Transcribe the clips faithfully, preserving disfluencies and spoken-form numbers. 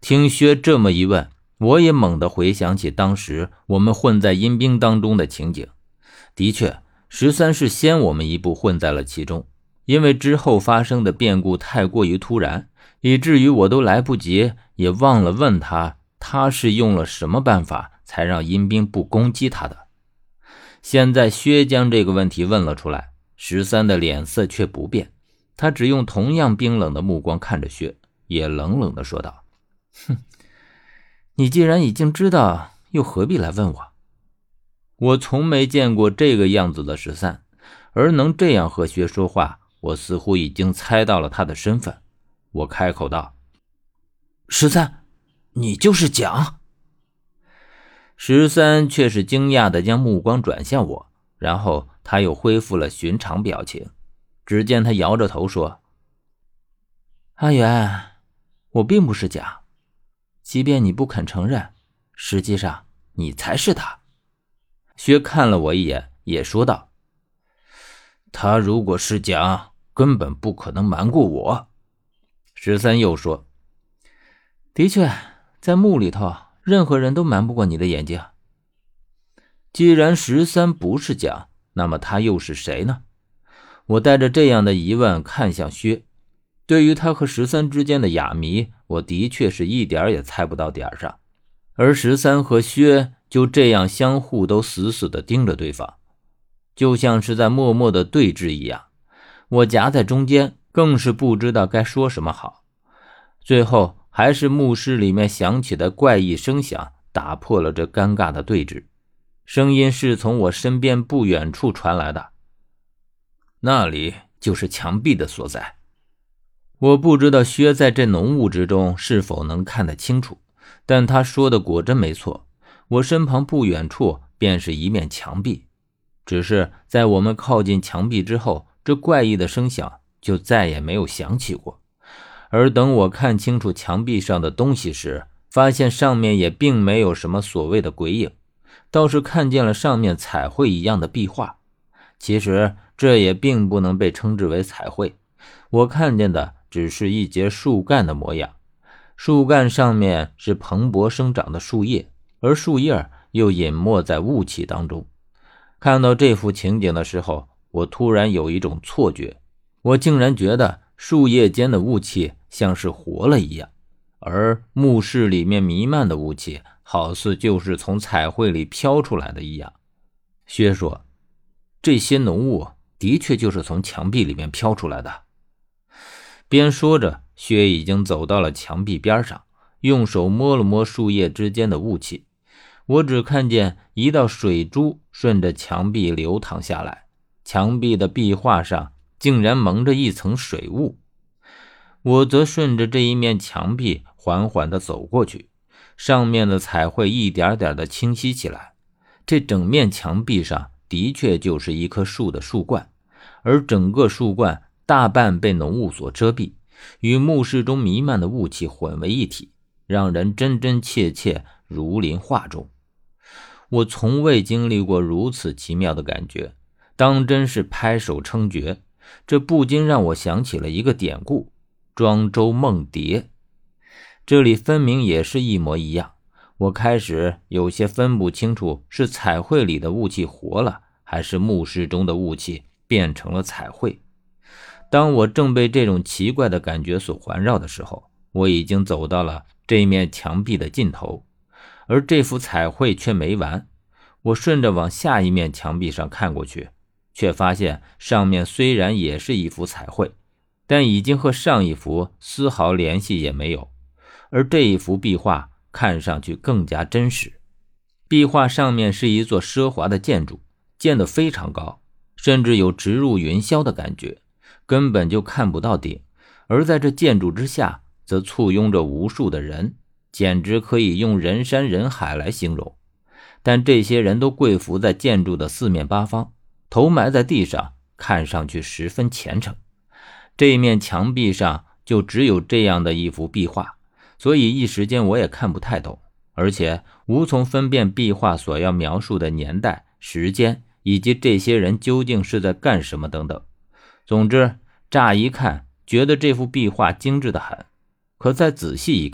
听薛这么一问，我也猛地回想起当时我们混在阴兵当中的情景。的确，十三是先我们一步混在了其中，因为之后发生的变故太过于突然，以至于我都来不及，也忘了问他，他是用了什么办法才让阴兵不攻击他的。现在薛将这个问题问了出来，十三的脸色却不变，他只用同样冰冷的目光看着薛，也冷冷地说道：哼，你既然已经知道，又何必来问我？我从没见过这个样子的十三，而能这样和薛说话，我似乎已经猜到了他的身份。我开口道：十三，你就是蒋？十三却是惊讶地将目光转向我，然后他又恢复了寻常表情。只见他摇着头说：阿元，我并不是蒋，即便你不肯承认，实际上你才是他。薛看了我一眼，也说道：他如果是蒋，根本不可能瞒过我。十三又说：的确，在墓里头，任何人都瞒不过你的眼睛。既然十三不是蒋，那么他又是谁呢？我带着这样的疑问看向薛，对于他和十三之间的哑谜，我的确是一点也猜不到点上。而十三和薛就这样相互都死死地盯着对方，就像是在默默地对峙一样。我夹在中间，更是不知道该说什么好。最后还是墓室里面响起的怪异声响打破了这尴尬的对峙。声音是从我身边不远处传来的，那里就是墙壁的所在。我不知道薛在这浓雾之中是否能看得清楚，但他说的果真没错，我身旁不远处便是一面墙壁。只是在我们靠近墙壁之后，这怪异的声响就再也没有响起过。而等我看清楚墙壁上的东西时，发现上面也并没有什么所谓的鬼影，倒是看见了上面彩绘一样的壁画。其实这也并不能被称之为彩绘，我看见的只是一截树干的模样，树干上面是蓬勃生长的树叶，而树叶又隐没在雾气当中。看到这幅情景的时候，我突然有一种错觉，我竟然觉得树叶间的雾气像是活了一样，而墓室里面弥漫的雾气好似就是从彩绘里飘出来的一样。薛说：这些浓雾的确就是从墙壁里面飘出来的。边说着，薛已经走到了墙壁边上，用手摸了摸树叶之间的雾气。我只看见一道水珠顺着墙壁流淌下来，墙壁的壁画上竟然蒙着一层水雾。我则顺着这一面墙壁缓缓地走过去，上面的彩绘一点点地清晰起来。这整面墙壁上的确就是一棵树的树冠，而整个树冠大半被浓雾所遮蔽，与墓室中弥漫的雾气混为一体，让人真真切切如临画中。我从未经历过如此奇妙的感觉，当真是拍手称绝。这不禁让我想起了一个典故，庄周梦蝶。这里分明也是一模一样。我开始有些分不清楚是彩绘里的雾气活了，还是墓室中的雾气变成了彩绘。当我正被这种奇怪的感觉所环绕的时候，我已经走到了这面墙壁的尽头，而这幅彩绘却没完。我顺着往下一面墙壁上看过去，却发现上面虽然也是一幅彩绘，但已经和上一幅丝毫联系也没有。而这一幅壁画看上去更加真实。壁画上面是一座奢华的建筑，建得非常高，甚至有直入云霄的感觉，根本就看不到顶。而在这建筑之下，则簇拥着无数的人，简直可以用人山人海来形容。但这些人都跪伏在建筑的四面八方，头埋在地上，看上去十分虔诚。这面墙壁上就只有这样的一幅壁画，所以一时间我也看不太懂，而且无从分辨壁画所要描述的年代、时间，以及这些人究竟是在干什么等等。总之，乍一看觉得这幅壁画精致得很，可再仔细一看，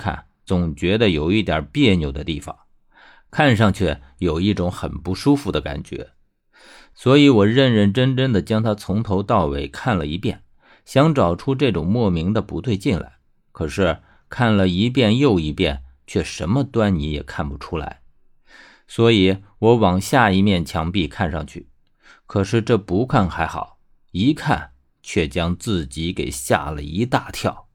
总觉得有一点别扭的地方，看上去有一种很不舒服的感觉。所以我认认真真的将它从头到尾看了一遍，想找出这种莫名的不对劲来，可是看了一遍又一遍，却什么端倪也看不出来。所以我往下一面墙壁看上去，可是这不看还好，一看却将自己给吓了一大跳。